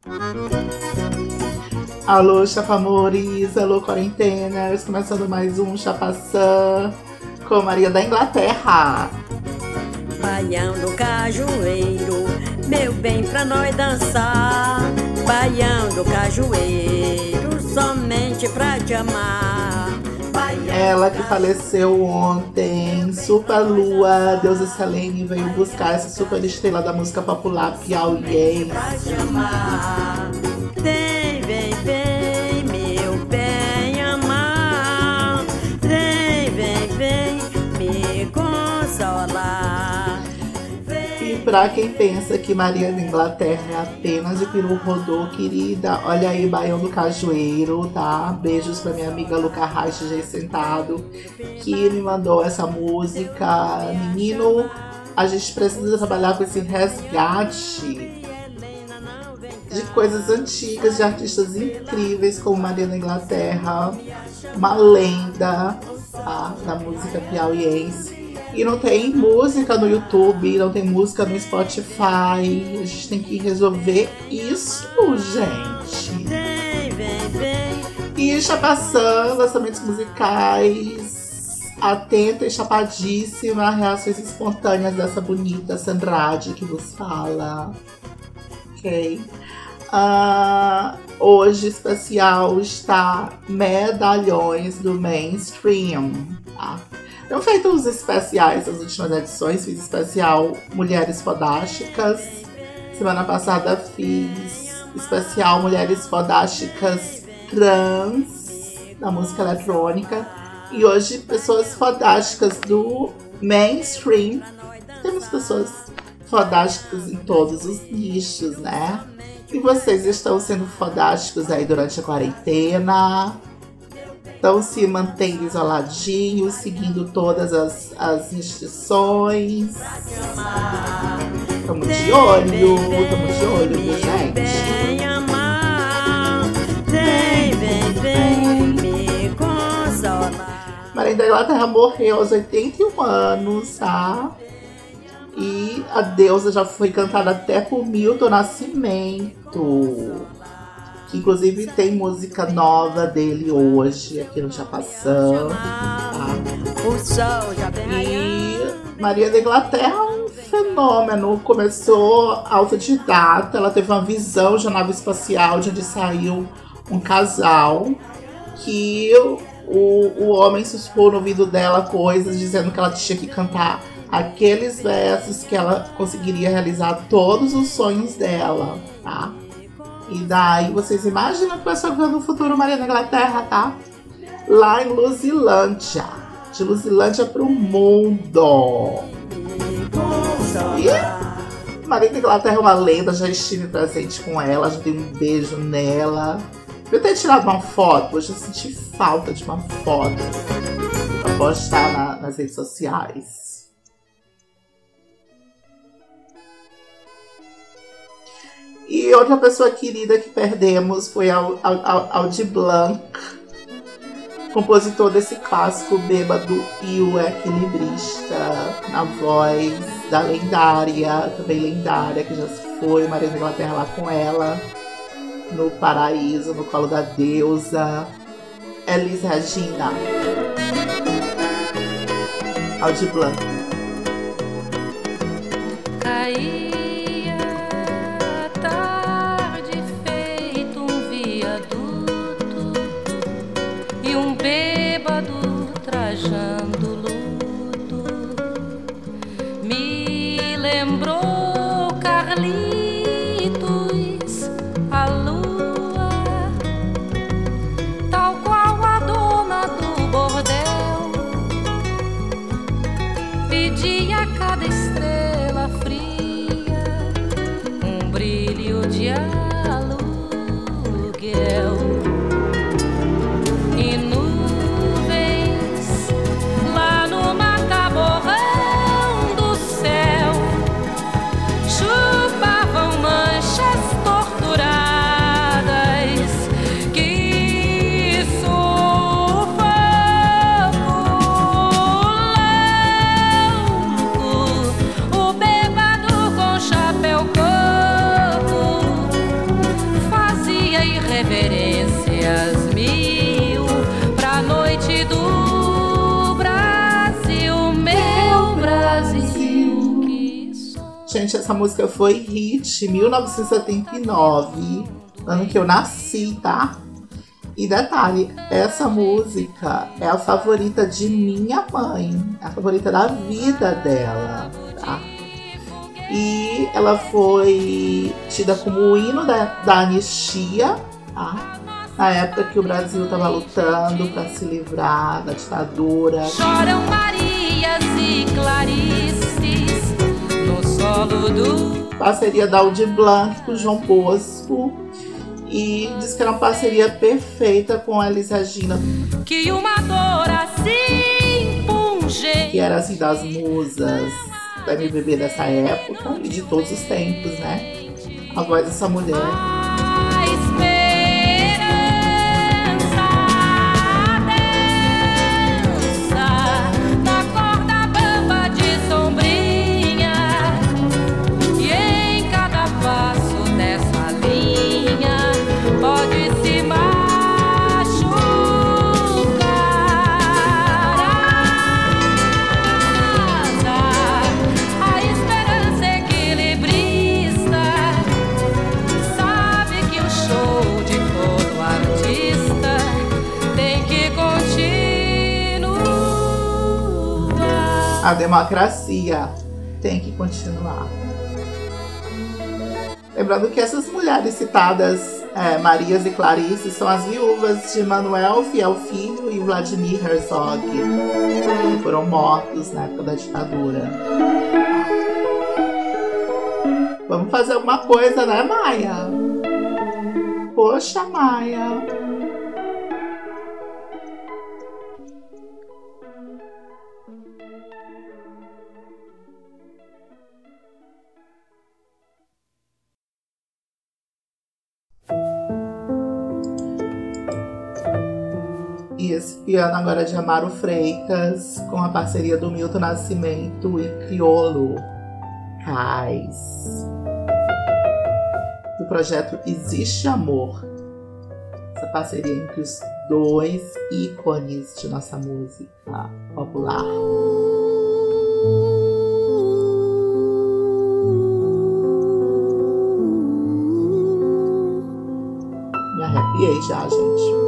Alô, chapamores, alô, quarentenas, começando mais um Chapaçã com Maria da Inglaterra. Baião do Cajueiro, meu bem, pra nós dançar. Baião do Cajueiro, somente pra te amar. Ela que faleceu ontem, Super Lua, deusa Selene, veio buscar essa super estrela da música popular piauiense. Pra te amar. Vem, vem, vem, meu bem amar. Vem, vem, vem, me consolar. E pra quem pensa que Maria da Inglaterra é apenas de peru rodô, querida, olha aí, Baião do Cajueiro, tá? Beijos pra minha amiga Luca Reich, já sentado, que me mandou essa música. Menino, a gente precisa trabalhar com esse resgate de coisas antigas, de artistas incríveis como Maria da Inglaterra, uma lenda, tá? Da música piauiense. E não tem música no YouTube, não tem música no Spotify. A gente tem que resolver isso, gente. E Chapaçã, lançamentos musicais. Atenta e chapadíssima, reações espontâneas dessa bonita Sandrade que vos fala. Ok? Hoje especial está Medalhões do Mainstream. Tá? Tenho feito uns especiais nas últimas edições. Fiz especial Mulheres Fodásticas. Semana passada fiz especial Mulheres Fodásticas Trans, da música eletrônica. E hoje pessoas fodásticas do mainstream. Temos pessoas fodásticas em todos os nichos, né? E vocês estão sendo fodásticos aí durante a quarentena? Estão se mantendo isoladinhos, seguindo todas as restrições. Estamos de olho, viu, gente? Maria da Inglaterra morreu aos 81 anos, tá? E a deusa já foi cantada até por Milton Nascimento. Que inclusive tem música nova dele hoje aqui no Chapaçã. Tá? E Maria da Inglaterra é um fenômeno. Começou autodidata, ela teve uma visão de nave espacial de onde saiu um casal que o homem sussurrou no ouvido dela coisas dizendo que ela tinha que cantar aqueles versos que ela conseguiria realizar todos os sonhos dela, tá? E daí vocês imaginam que vai ser no futuro Maria da Inglaterra, tá? Lá em Luzilândia. De Luzilândia pro mundo. E Maria da Inglaterra é uma lenda, já estive presente com ela, já dei um beijo nela. Eu ter tirado uma foto, hoje eu senti falta de uma foto pra postar nas redes sociais. E outra pessoa querida que perdemos foi Aldir Blanc, compositor desse clássico Bêbado e o Equilibrista, na voz da lendária, também lendária, que já se foi, Maria da Inglaterra lá com ela, no paraíso, no colo da deusa, Elis Regina. Aldir Blanc. Trajando luto, me lembrou Carlitos, a lua, tal qual a dona do bordel, pedia a cada estrela fria um brilho de aluguel. reverências mil pra noite do Brasil, meu Brasil. Que sou. Gente, essa música foi hit em 1979, ano que eu nasci, tá? E detalhe, essa música é a favorita de minha mãe, a favorita da vida dela, tá? E ela foi tida como o hino da anistia, tá? Na época que o Brasil estava lutando para se livrar da ditadura. Choram Marias e Clarices no solo do... Parceria da Aldir Blanc com João Bosco. E diz que era uma parceria perfeita com a Elis Regina, que uma dor assim pungente, que era assim das musas da MPB dessa época e de todos os tempos, né? A voz dessa mulher. a esperança densa na corda bamba de sombrinha, e em cada passo dessa linha pode se machucar. A esperança equilibrista sabe que o show de todo artista tem que continuar. A democracia tem que continuar. Lembrando que essas mulheres citadas, Marias e Clarice, são as viúvas de Manuel Fiel Filho e Vladimir Herzog, que foram mortos na época da ditadura. Vamos fazer alguma coisa, né, Maia? Poxa, Maia. E esse piano agora é de Amaro Freitas, com a parceria do Milton Nascimento e Criolo Cais, do projeto Existe Amor. Essa parceria entre os dois ícones de nossa música popular. Me arrepiei já, gente.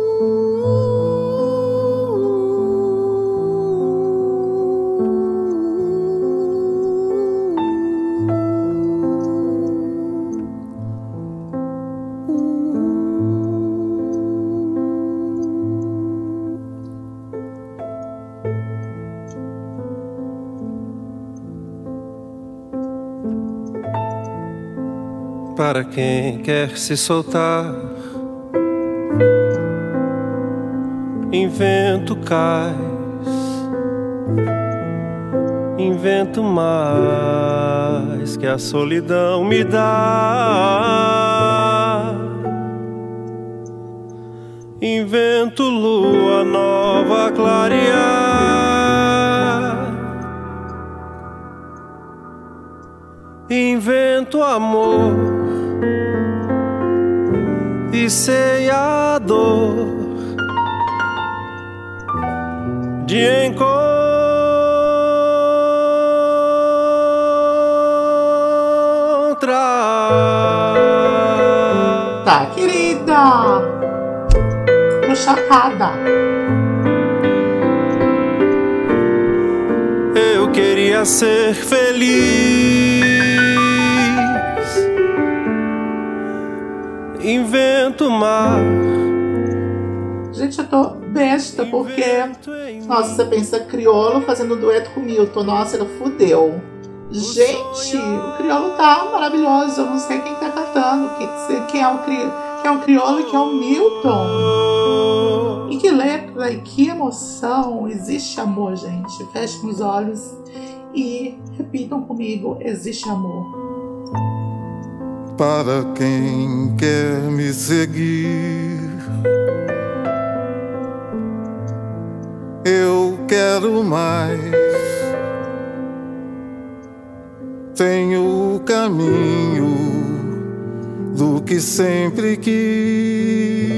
Para quem quer se soltar, invento cais, invento mais que a solidão me dá. Invento lua nova a clarear, invento amor e sei a dor de encontrar. Tá, querida. Tô chocada. Eu queria ser feliz. Invento mar. Gente, eu tô besta porque... Nossa, você pensa Criolo fazendo dueto com Milton. Nossa, ele fudeu. Gente, o Criolo tá maravilhoso. Eu não sei quem tá cantando. Quem é o Criolo e quem é o Milton. E que letra e que emoção. Existe amor, gente. Fechem os olhos e repitam comigo. Existe amor. Para quem quer me seguir, eu quero mais. Tenho o caminho do que sempre quis,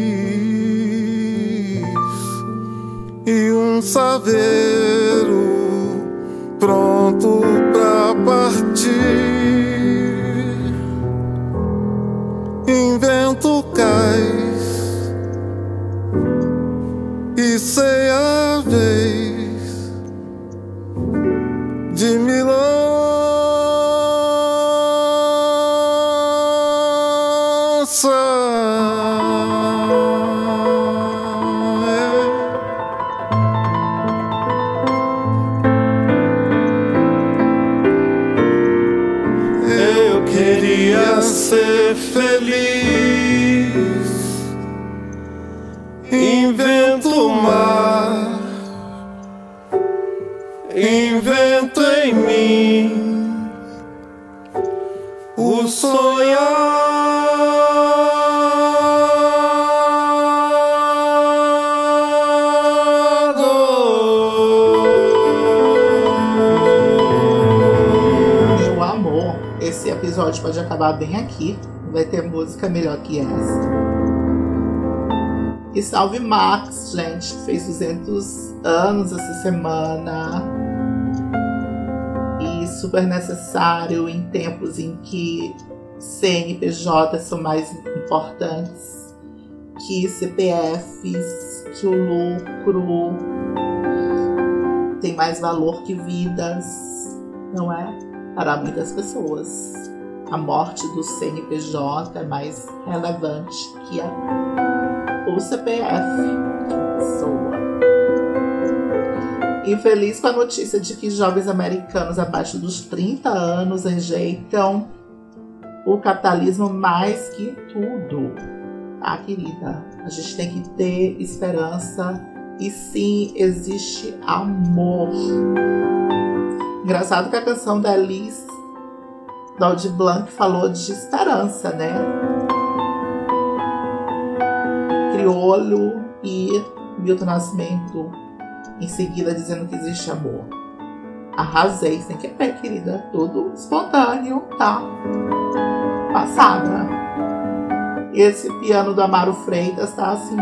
e um saveiro pronto pra partir. Invento cais e sei a vez de me Eu queria ser feliz. Invento o mar, invento em mim o Meu amor, esse episódio pode acabar bem aqui. Não vai ter música melhor que essa. E salve Max, gente, que fez 200 anos essa semana. E super necessário em tempos em que CNPJ são mais importantes que CPFs, que o lucro tem mais valor que vidas, não é? Para muitas pessoas. A morte do CNPJ é mais relevante que o CPF de uma pessoa. E feliz com a notícia de que jovens americanos abaixo dos 30 anos rejeitam o capitalismo mais que tudo. Tá, querida? A gente tem que ter esperança e sim, existe amor. Engraçado que a canção da Alice Dodge Blanc falou de esperança, né? Criolo e Milton Nascimento em seguida dizendo que existe amor. Arrasei, sem querer, querida. Tudo espontâneo, tá? Passada. E esse piano do Amaro Freitas tá assim.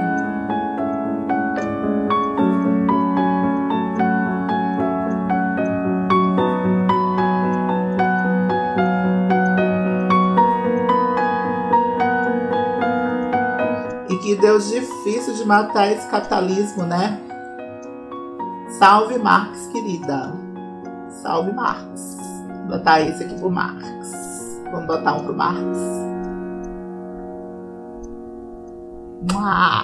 Que Deus difícil de matar esse capitalismo, né? Salve Marx, querida. Salve Marx. Vou botar esse aqui pro Marx. Vamos botar um pro Marx. Mua!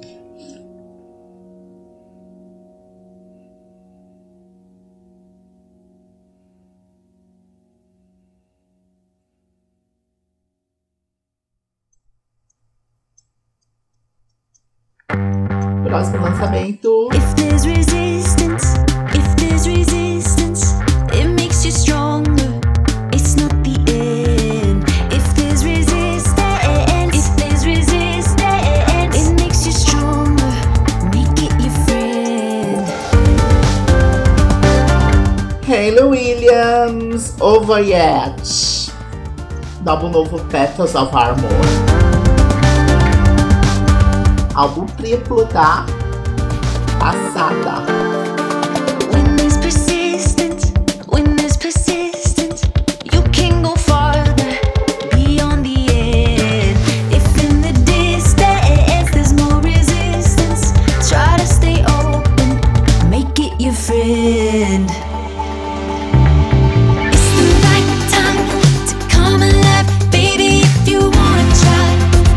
Próximo lançamento. If there's resistance, it makes you stronger. It's not the end. If there's resistance, it makes you stronger. Make it your friend. Hayley Williams, Over Yet. Do álbum novo Petals of Armor. Álbum triplo da passada. When there's persistence, you can go farther beyond the end. If in the distance there's more resistance, try to stay open, make it your friend. It's the right time to come alive, baby, if you wanna try.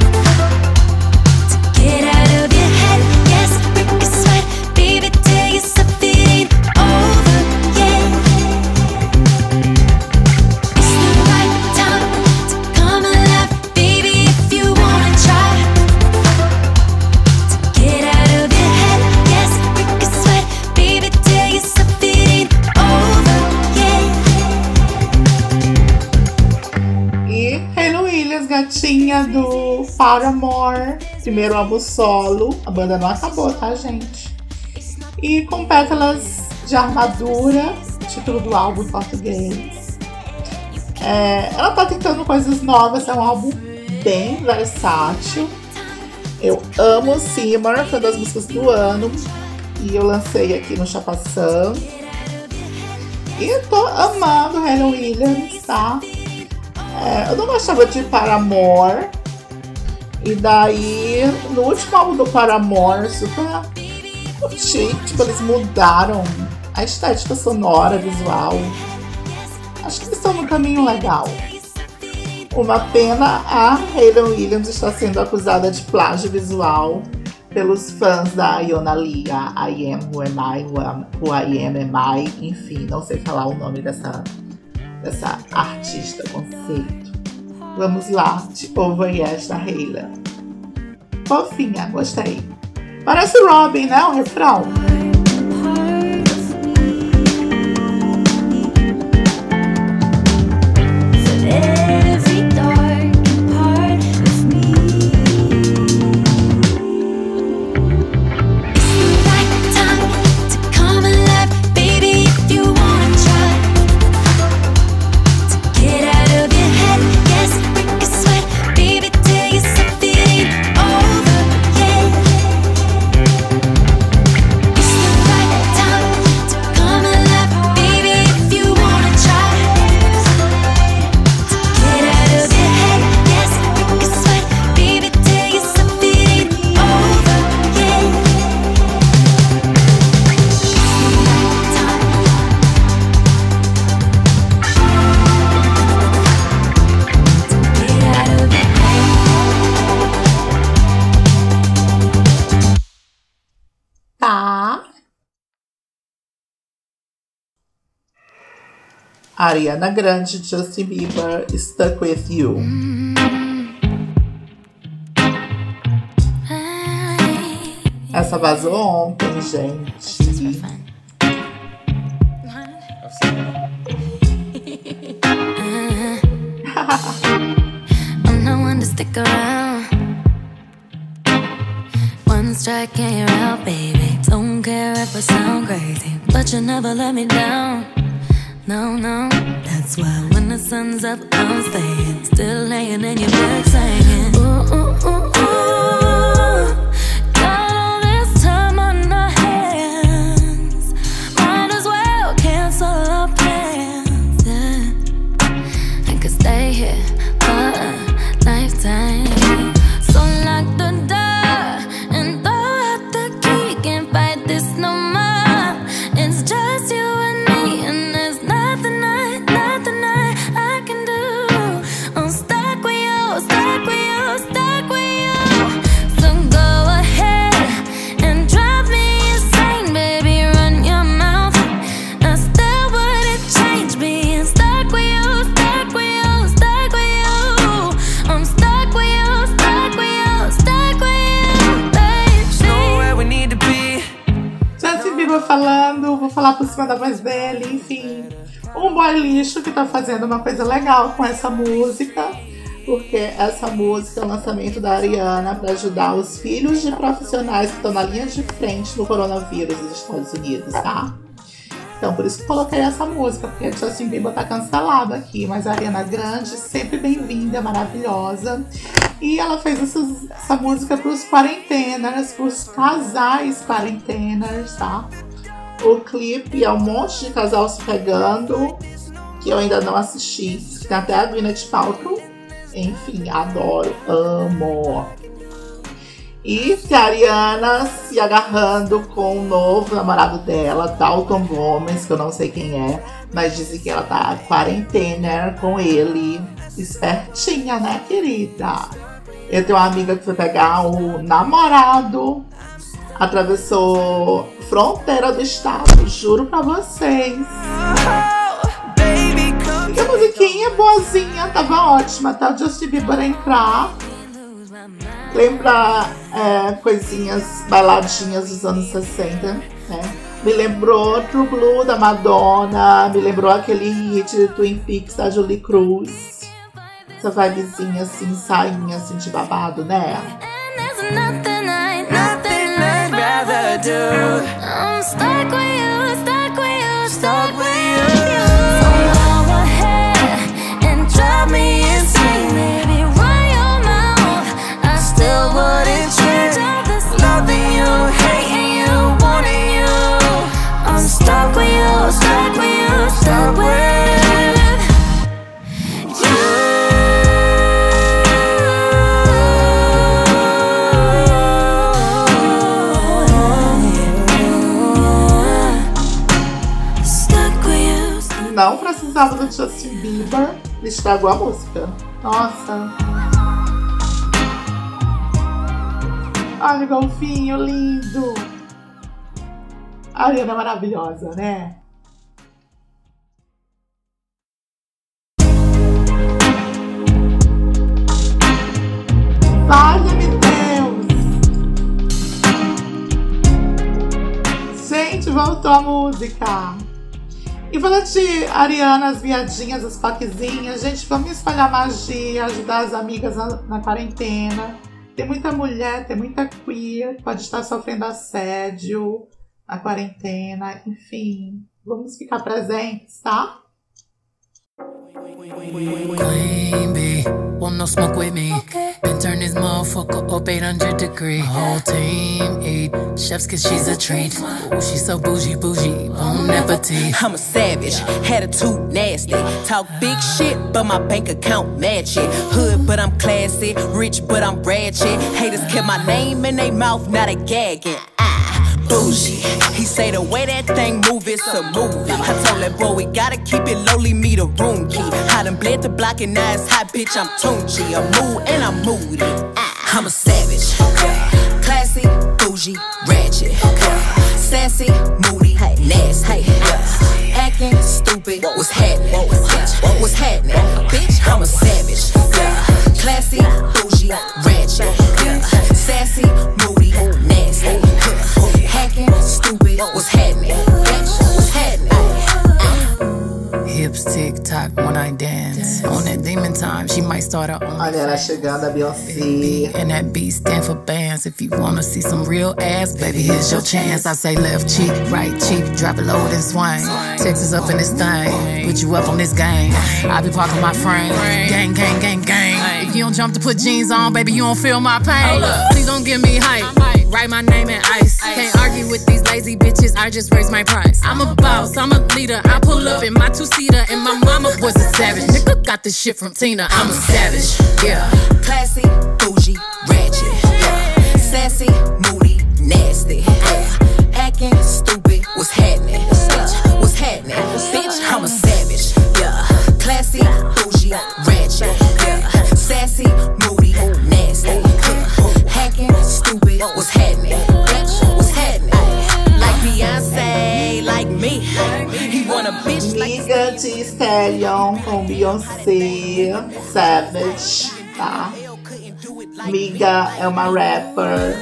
Get out of your head, yes, break a sweat, baby, tell yourself it ain't over yet. It's the right time to come alive, baby, if you wanna try. Get out of your head, yes, break a sweat, baby, tell yourself it ain't over yet. E Hayley Williams, gatinha do Paramore. Primeiro álbum solo. A banda não acabou, tá, gente? E com Pétalas de Armadura, título do álbum em português. Ela tá tentando coisas novas. É um álbum bem versátil. Eu amo Simmer, foi uma das músicas do ano. E eu lancei aqui no Chapação. E eu tô amando Hayley Williams, tá? Eu não gostava de Paramore. E daí, no último álbum do Paramore, super curti. Tipo, eles mudaram a estética sonora, visual. Acho que eles estão num caminho legal. Uma pena, a Hayley Williams está sendo acusada de plágio visual pelos fãs da Iona Lee, a I Am Who Am I, Who I Am I, enfim, não sei falar o nome dessa artista, conceito. Vamos lá, de Over Yes da Hayley. Fofinha, gostei. Parece Robin, né, o refrão? Ariana Grande, Justin Bieber, Stuck With You. Essa vazou ontem, gente. I'm no one to stick around. One strike and you're out, baby. Don't care if I sound crazy, but you never let me down. No, no, that's why when the sun's up, I'm staying. Still laying in your bed singing. Ooh, ooh, ooh, ooh. Got all this time on our hands. Might as well cancel our plans, yeah. I could stay here for a lifetime. So lock the door and throw out the key. Can't fight this no more. It's just you and me, and there's nothing I can do. I'm stuck with you, stuck with you, stuck with you. So go ahead and drive me insane, baby, run your mouth. I still wouldn't change being stuck with you, stuck with you, stuck with you. I'm stuck with you, stuck with you, stuck with you, baby. Know where we need to be. Justin Bieber falando, vou falar por cima da voz dele, enfim. Um boy lixo que tá fazendo uma coisa legal com essa música, porque essa música é o lançamento da Ariana para ajudar os filhos de profissionais que estão na linha de frente do coronavírus nos Estados Unidos, tá? Então por isso que coloquei essa música, porque a Justin Bieber tá cancelado aqui, mas a Ariana Grande, sempre bem-vinda, maravilhosa. E ela fez essa música pros quarenteners, pros casais quarenteners, tá? O clipe é um monte de casal se pegando, que eu ainda não assisti. Tem até a Gwyneth Paltrow. Enfim, adoro, amo. E tem a Ariana se agarrando com o novo namorado dela, Dalton Gomes, que eu não sei quem é, mas dizem que ela tá quarentena com ele. Espertinha, né, querida? Eu tenho uma amiga que foi pegar o namorado, atravessou fronteira do estado, juro pra vocês. E a musiquinha boazinha, tava ótima, tá? O Justin Bieber entrar. Lembra coisinhas, bailadinhas dos anos 60, né? Me lembrou True Blue da Madonna, me lembrou aquele hit de Twin Peaks da Julie Cruz. Essa vibezinha assim, sainha assim de babado, né? I'm stuck with you, stuck with you, stuck with you. So go ahead and drive me insane, baby, run your mouth. precisava do Justin Bieber. Ele estragou a música. Nossa. Olha o golfinho lindo. A Ariana é maravilhosa, né? Valha-me Deus! Gente, voltou a música. E falando de Ariana, as viadinhas, as paquezinhas, gente, vamos espalhar magia, ajudar as amigas na quarentena. Tem muita mulher, tem muita queer que pode estar sofrendo assédio na quarentena. Enfim, vamos ficar presentes, tá? Queen bee, want no smoke with me. Been turn this motherfucker up 800 degrees. Whole team eat chefs cause she's a treat. Ooh, she's so bougie, bon appetit. I'm a savage, attitude nasty. Talk big shit, but my bank account match it. Hood, but I'm classy. Rich, but I'm ratchet. Haters kept my name in their mouth, now they gagging. Bougie. He say the way that thing move, it's a movie. I told that boy we gotta keep it lowly, me the room key. I done bled the block and now it's hot, bitch, I'm Tunchi. I'm mood and I'm moody. I'm a savage. Classy, bougie, ratchet. Sassy, moody, nasty. Acting stupid, what's happening? What's happening? Bitch, I'm a savage. Classy, bougie, ratchet. Sassy, moody, nasty. Hacking, stupid, what's happening? Bitch, what's happening? Hips tick tock when I dance. On that demon time, she might start her own. Olha ela chegando, a Beyoncé. And that B stand for bands. If you wanna see some real ass, baby, here's your chance. I say left cheek, right cheek, drop it low and swing. Texas up in this thing, put you up on this game. I be parking my frame, gang, gang, gang, gang. If you don't jump to put jeans on, baby, you don't feel my pain. Please don't give me hype, write my name in ice. Can't argue with these lazy bitches, I just raise my price. I'm a boss, I'm a leader, I pull up in my two-seater, and my mama was a savage. Nigga got this shit from Tina, I'm a savage, yeah. Classy, bougie, ratchet. Sassy, moody, nasty. Acting stupid, what's happening? What's happening? Bitch, I'm a savage, yeah. Classy, bougie, ratchet. Sassy, moody, nasty. Hacking, stupid, what's happening? Bitch, what's happening? Like Beyonce, like me. He want a bitch like Miga Thee Stallion com Beyoncé, Savage, tá? Miga é uma rapper.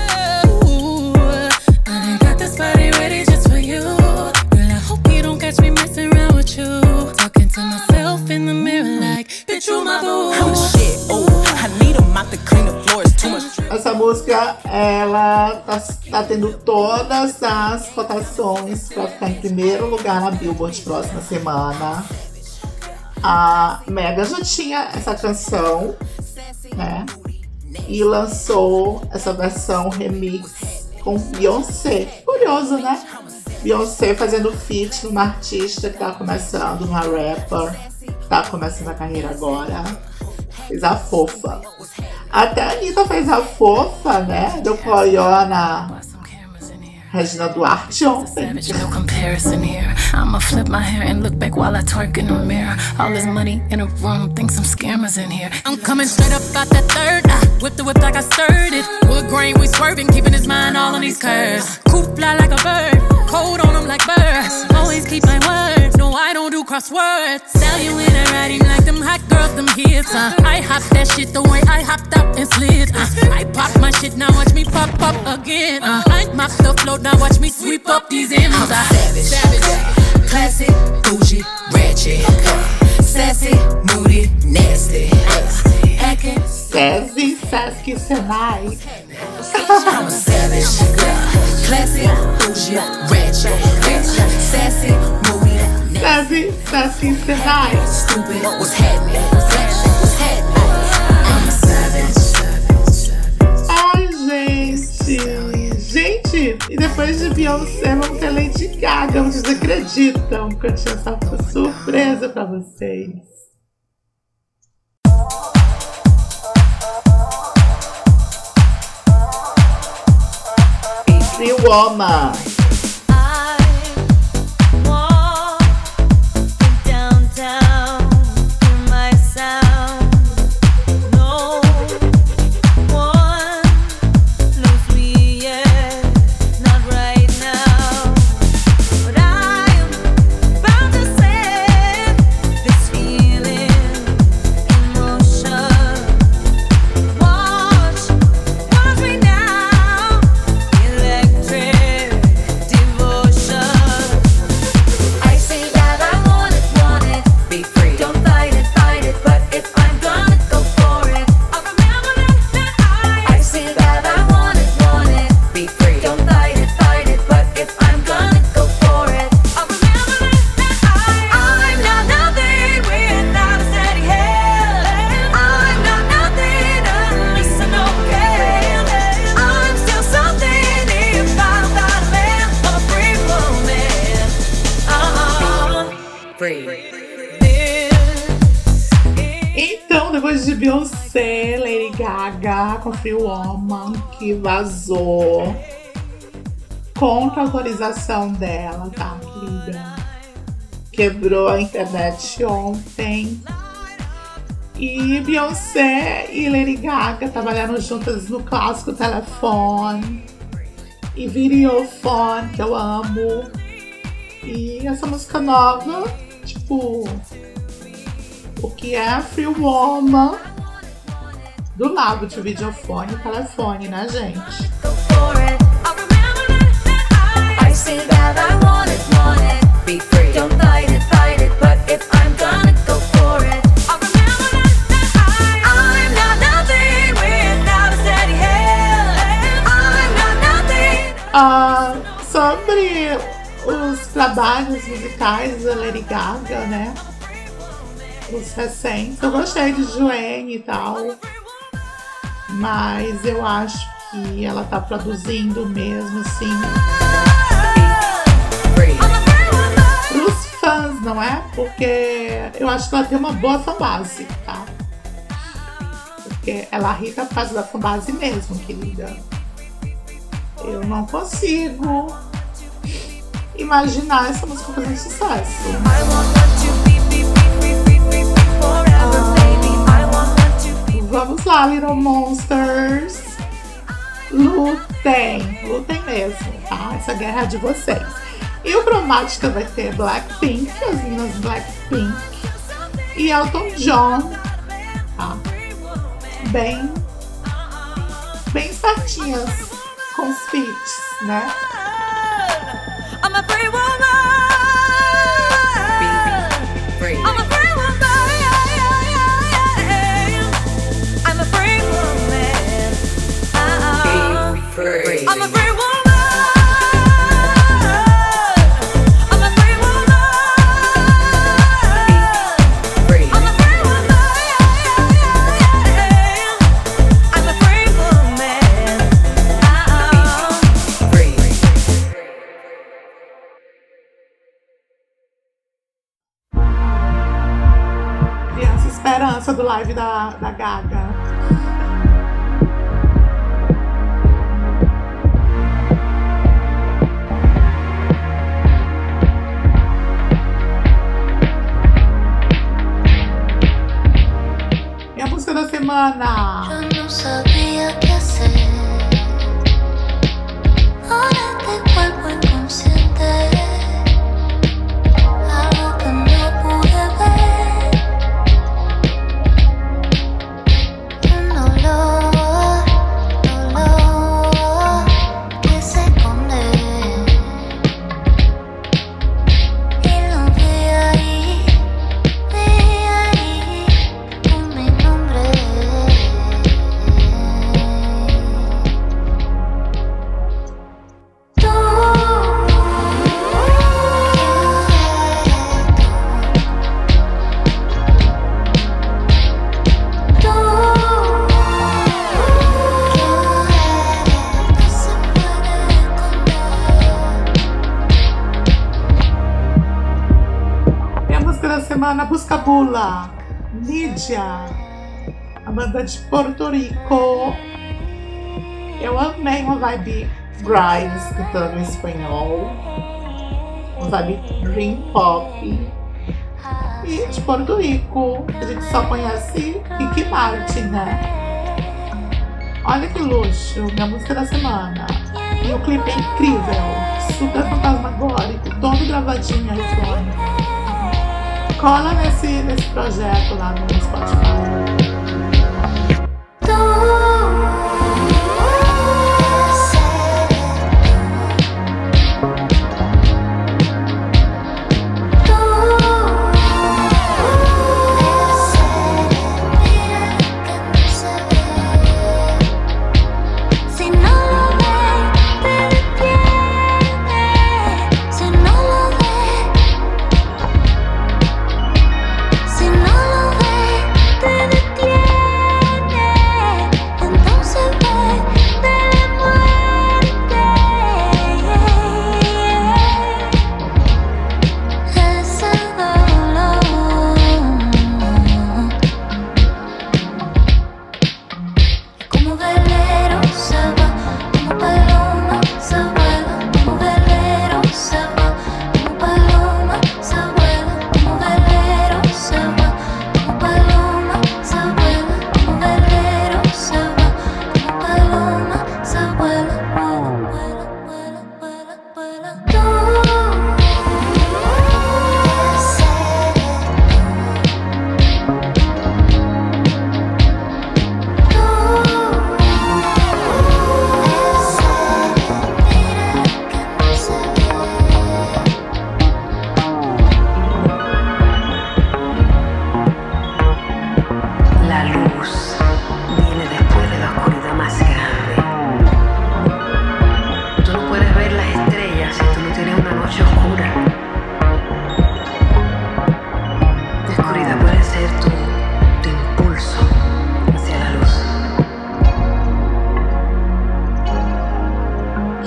I got this body ready just for you. Girl, I hope you don't catch me messing around with you. Talking to myself in the mirror like, bitch, you my boo. I'm the shit, oh, I need a mop to clean the floors, too much. Essa música, ela tá tendo todas as cotações pra ficar em primeiro lugar na Billboard próxima semana. A Mega já tinha essa canção, né? E lançou essa versão remix com Beyoncé. Curioso, né? Beyoncé fazendo feat numa artista que tá começando, numa rapper, que tá começando a carreira agora. Fez a fofa. Até a Anitta fez a fofa, né? Deu coió na Regina Duarte ontem. Savage, no comparison here. I'ma flip my hair and look back while I twerk in the mirror. All this money in a room, think some scammers in here. I'm coming straight up out that third. Whip the whip like I stirred it. Wood grain, we swerving, keeping his mind all on these curves. Coop fly like a bird, cold on him like birds. Always keep my word, no I don't do crosswords. Sell you in a riding like them hot girls, them hits. I hop that shit the way I hopped out and slid. I pop my shit, now watch me pop up again. I mop the float, now watch me sweep up these M's. I'm savage. Classy, bougie, ratchet. Sassy, moody, nasty. Hacking. Sassy, Sassy, Senai. I'm a savage. Classy, bougie, ratchet. Sassy, moody, nasty. Sassy, Sassy, Senai. Stupid, what's happening? What's happening? I'm a savage. Ai, gente. Gente, e depois de Beyoncé, vamos ter Lady Gaga. Vocês acreditam que eu tinha essa surpresa pra vocês? Pretty Woman. I walk down Beyoncé, Lady Gaga com Free Woman, que vazou contra a autorização dela, tá, querida? Quebrou a internet ontem. E Beyoncé e Lady Gaga trabalharam juntas no clássico Telefone e Videophone, que eu amo. E essa música nova, tipo, o que é Free Woman do lado de Videophone e Telefone, né, gente? Be free. Don't fight it, but if I'm gonna go for it, I'll remember that I'm not nothing without a steady hand. I'm not nothing. Sobre os trabalhos musicais da Lady Gaga, né? Os recentes, eu gostei de Joanne e tal, mas eu acho que ela tá produzindo mesmo, assim, pros fãs, não é? Porque eu acho que ela tem uma boa fanbase, tá? Porque ela irrita por causa da fanbase mesmo, querida. Eu não consigo imaginar essa música fazendo sucesso. Vamos lá, Little Monsters. Lutem mesmo, tá? Essa guerra é de vocês. E o Cromática vai ter Blackpink, as meninas Blackpink e Elton John, tá? Bem espertinhas com os feats, né? I'm a free woman. Free. I'm a free woman. I'm a free woman. Free. I'm a free woman. I'm a free woman. Free. I'm a free woman. I'm a free woman. Free. Criança Esperança do live da Gaga. E a música da semana? Yo no sabía qué hacer. Ahora te vuelvo inconsciente. Algo que no pude ver. Un dolor que se esconde. Y lo vi ahí con mi nombre. Tú E a música da semana, Busca Bula, Lídia, a banda de Porto Rico. Eu amei uma vibe Grimes cantando em espanhol, uma vibe Dream Pop. E de Porto Rico, a gente só conhece Ricky Martin, né? Olha que luxo, minha música da semana. E o clipe é incrível, super fantasmagórico, todo gravadinho em iPhone. Cola nesse projeto lá no Spotify. Si no lo ves, te detienes. Si no lo ves, si no lo ves, te detienes.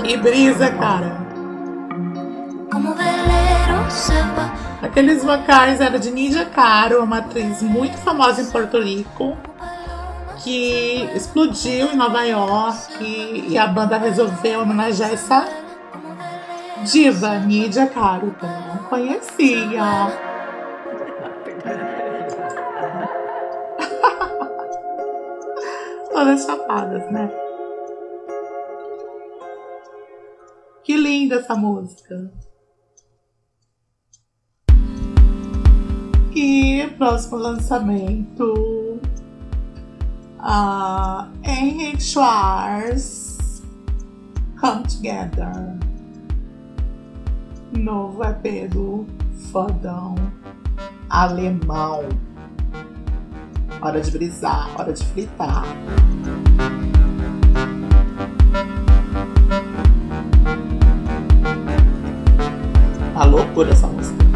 Que brisa, cara. Como velero se va. Aqueles vocais eram de Nidia Caro, uma atriz muito famosa em Porto Rico, que explodiu em Nova York e a banda resolveu homenagear essa diva, Nidia Caro, que eu não conhecia. Todas chapadas, né? Que linda essa música. E próximo lançamento, Henrik Schwarz, Come Together, novo EP do fodão alemão. Hora de brisar, hora de fritar. Uma loucura essa música.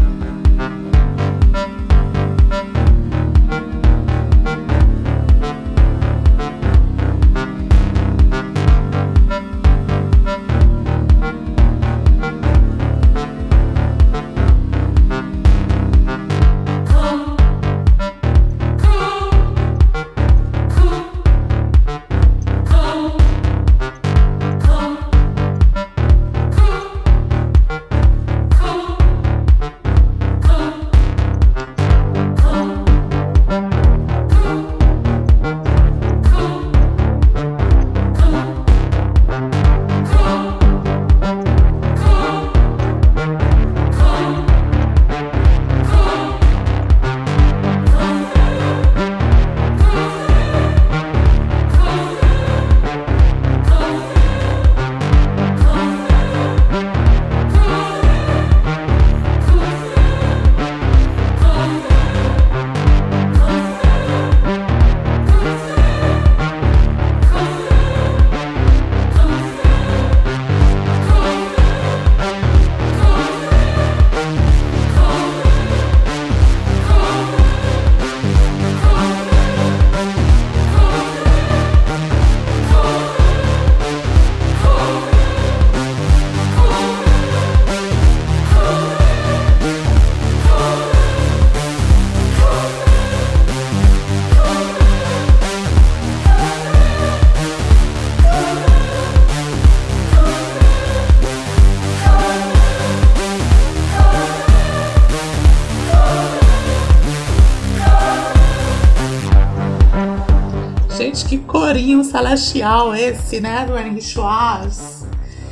Gente, que corinho celestial esse, né, do Henrik Schwarz.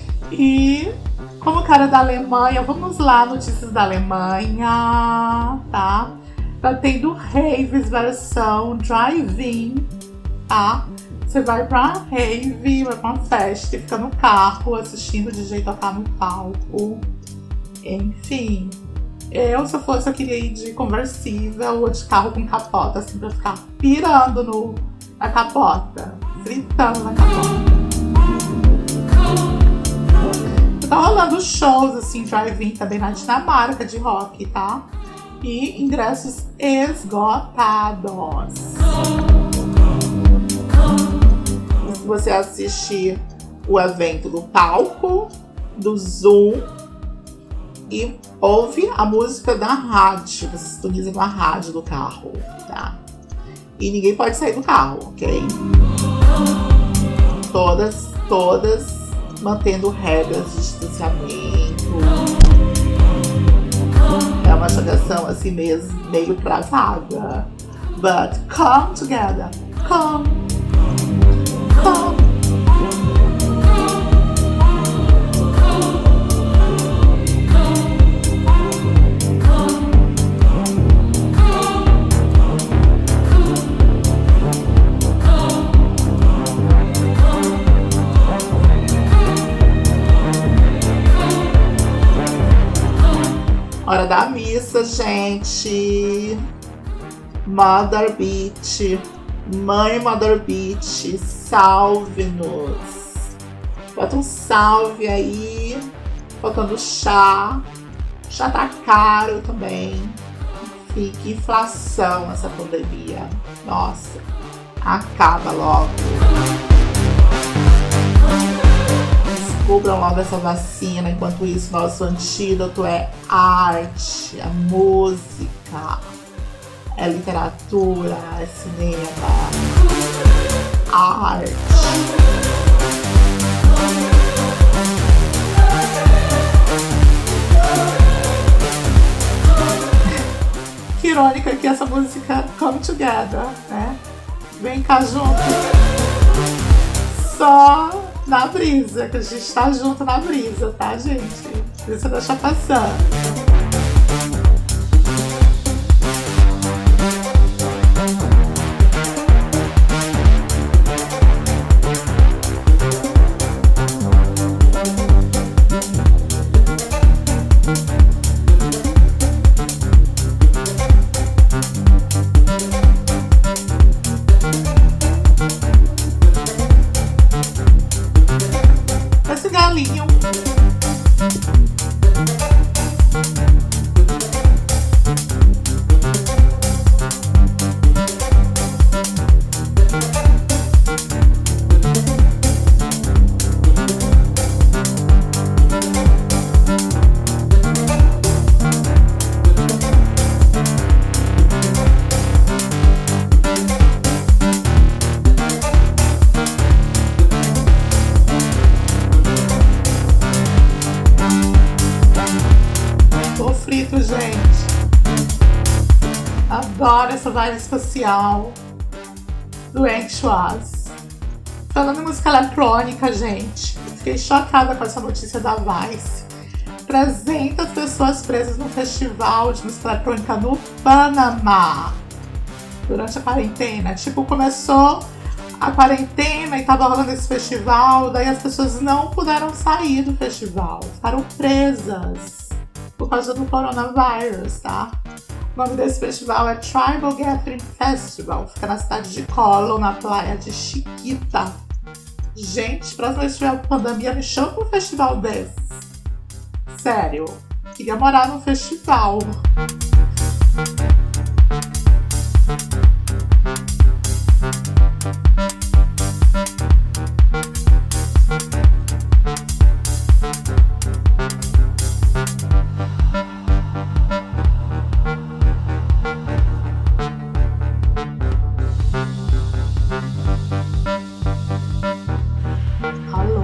E como cara da Alemanha, vamos lá, notícias da Alemanha, tá? Tá tendo raves versão drive-in, tá? Você vai pra rave, vai pra uma festa e fica no carro assistindo o DJ tocar no palco. Enfim, se eu fosse, eu queria ir de conversível ou de carro com capota, assim, pra ficar pirando na capota, fritando na capota. Tá rolando shows, assim, drive-in também na Dinamarca de rock, tá? E ingressos esgotados. Se você assistir o evento do palco, do Zoom, e ouve a música da rádio, você sintoniza com a rádio do carro, tá? E ninguém pode sair do carro, ok? Todas mantendo regras de distanciamento. É uma jogação assim mesmo, meio travada. But come together, come. Hora da missa, gente. Mother Beach, Mãe Mother Beach, salve-nos. Bota um salve aí. Botando chá. Chá tá caro também. Enfim, que inflação essa pandemia. Nossa, acaba logo. descubram logo essa vacina. Enquanto isso, nosso antídoto é arte, é música, é literatura, é cinema, arte. Que irônica que essa música Come Together, né? Vem cá junto. Só na brisa, que a gente tá junto na brisa, tá, gente? Brisa da Chapação. Esse galinho. Tô frito, gente. Adoro essa vibe espacial do Anxious. Falando em música eletrônica, gente, fiquei chocada com essa notícia da Vice. 300 pessoas presas no festival de música eletrônica no Panamá durante a quarentena. Tipo, começou a quarentena e tava rolando esse festival, daí as pessoas não puderam sair do festival, ficaram presas por causa do coronavírus, tá? O nome desse festival é Tribal Gathering Festival, fica na cidade de Colo, na praia de Chiquita. Gente, próxima vez que tiver pandemia, me chama pra um festival desses. Sério, queria morar num festival. Alô?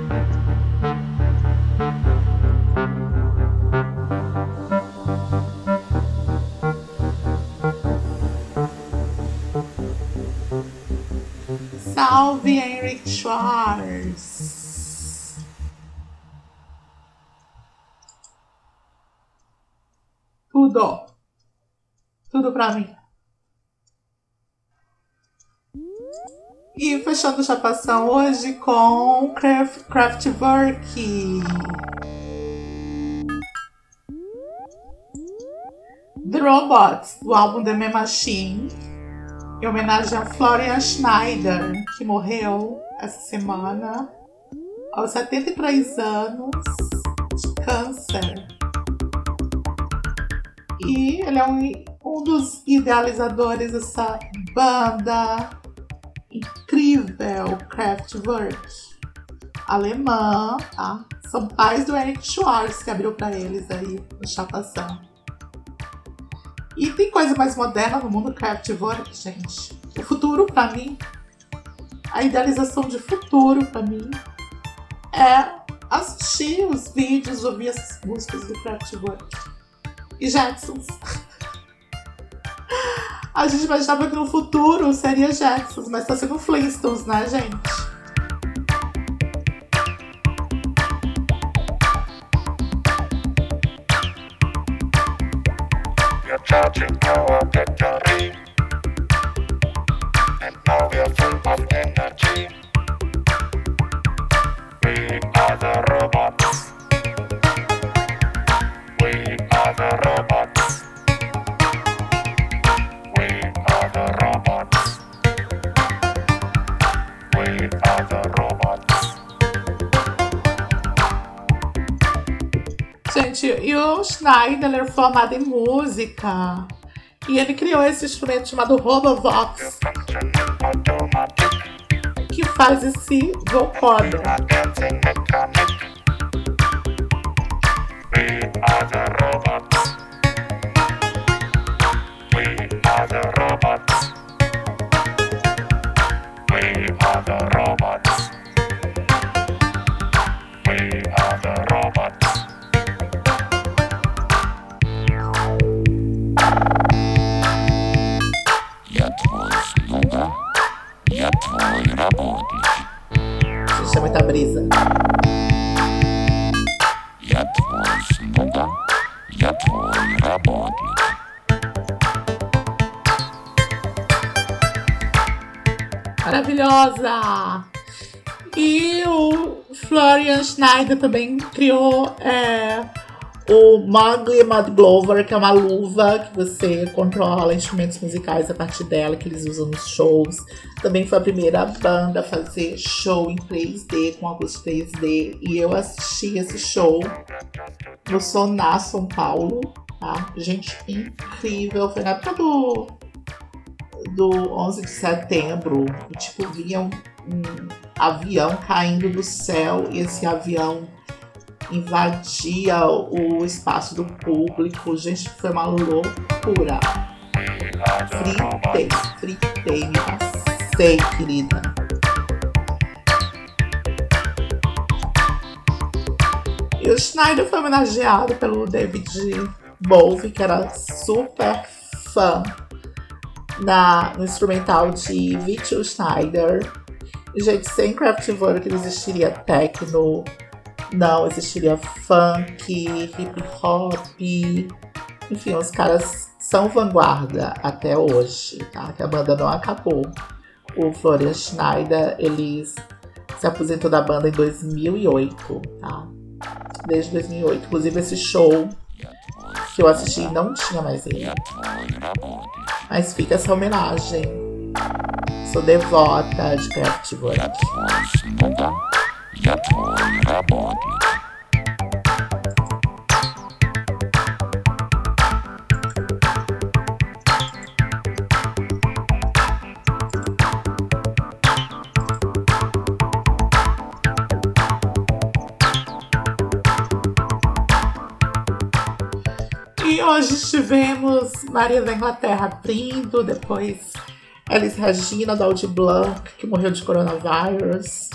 Salve, Henrik Schwartz! Tudo pra mim. E fechando a chapação hoje com Kraftwerk. The Robots, do álbum The Me Machine, em homenagem a Florian Schneider, que morreu essa semana aos 73 anos de câncer. E ele é um dos idealizadores dessa banda incrível, Kraftwerk, alemã, tá? São pais do Henrik Schwartz, que abriu pra eles aí no Chapação. E tem coisa mais moderna no mundo Kraftwerk, gente. O futuro, pra mim, a idealização de futuro, pra mim, é assistir os vídeos, ouvir essas músicas do Kraftwerk. E Jetsons. A gente imaginava que no futuro seria Jetsons, mas tá sendo Flintstones, né, gente? You're charging our battery, and now we're full of energy. We are the robots. We are the robots. We are the robots. We are the robots. Gente, e o Schneider ele é formado em música. E ele criou esse instrumento chamado Robovox, que faz esse vocoder. robots. We are the robots. Я твой слуга, я твой работник. Gente, é muita brisa. Я твой слуга, я твой работник. Maravilhosa! E o Florian Schneider também criou o Mowgli Mud Glover, que é uma luva que você controla instrumentos musicais a partir dela, que eles usam nos shows. Também foi a primeira banda a fazer show em 3D, com óculos 3D. E eu assisti esse show no Sonar São Paulo, tá? Gente, incrível! Foi na época do 11 de setembro. E, tipo, vinha um avião caindo do céu e esse avião invadia o espaço do público. Gente, foi uma loucura. Fritei, me passei, querida. E o Schneider foi homenageado pelo David Bowie, que era super fã no instrumental de Vittel Schneider. E, gente, sem Kraftwerk não existiria techno, não existiria funk, hip hop. Enfim, os caras são vanguarda até hoje, tá? Que a banda não acabou. O Florian Schneider, ele se aposentou da banda em 2008, tá? Desde 2008. Inclusive, esse show que eu assisti não tinha mais ele. Mas fica essa homenagem. Sou devota de Kraftwerk. Я твой работник. E hoje tivemos Maria da Inglaterra abrindo, depois Elis Regina da Audi Blanc, que morreu de coronavírus.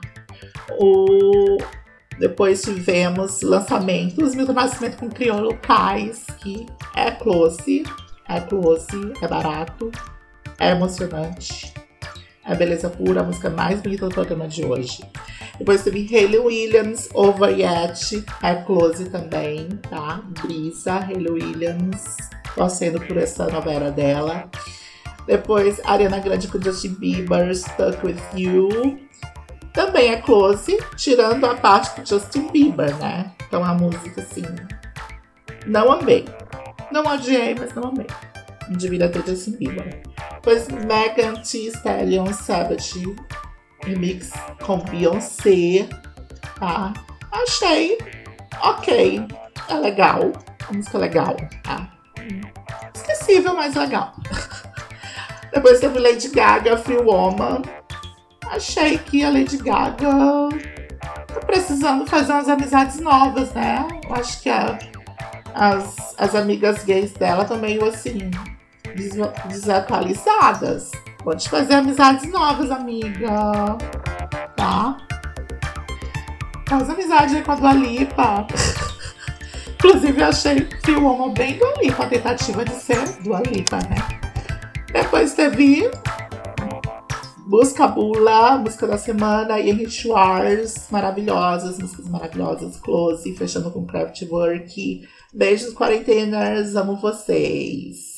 Depois tivemos lançamentos, Milton Nascimento com Criolo Cais, que é close, é barato, é emocionante, é beleza pura, a música mais bonita do programa de hoje. Depois teve Hayley Williams, Over Yet, é close também, tá? Brisa, Hayley Williams, torcendo por essa nova era dela. Depois Ariana Grande com Justin Bieber, Stuck With You. Também é close, tirando a parte do Justin Bieber, né? Então a música, assim, não amei. Não odiei, mas não amei. Não devia ter Justin Bieber. Depois Megan Thee Stallion Savage remix com Beyoncé, tá? Achei ok, é legal. A música é legal, tá? Esquecível, mas legal. Depois teve Lady Gaga, Free Woman. Achei que a Lady Gaga tá precisando fazer umas amizades novas, né? Eu acho que as amigas gays dela estão meio assim, desatualizadas. Pode fazer amizades novas, amiga. Tá? Faz amizade aí com a Dua Lipa. Inclusive, eu achei Free Woman bem Dua Lipa, a tentativa de ser Dua Lipa, né? Depois teve Busca Bula, música da semana, e Henry Schwartz, músicas maravilosas, close, fechando com Kraftwerk. Beijos, quarenteners, amo vocês.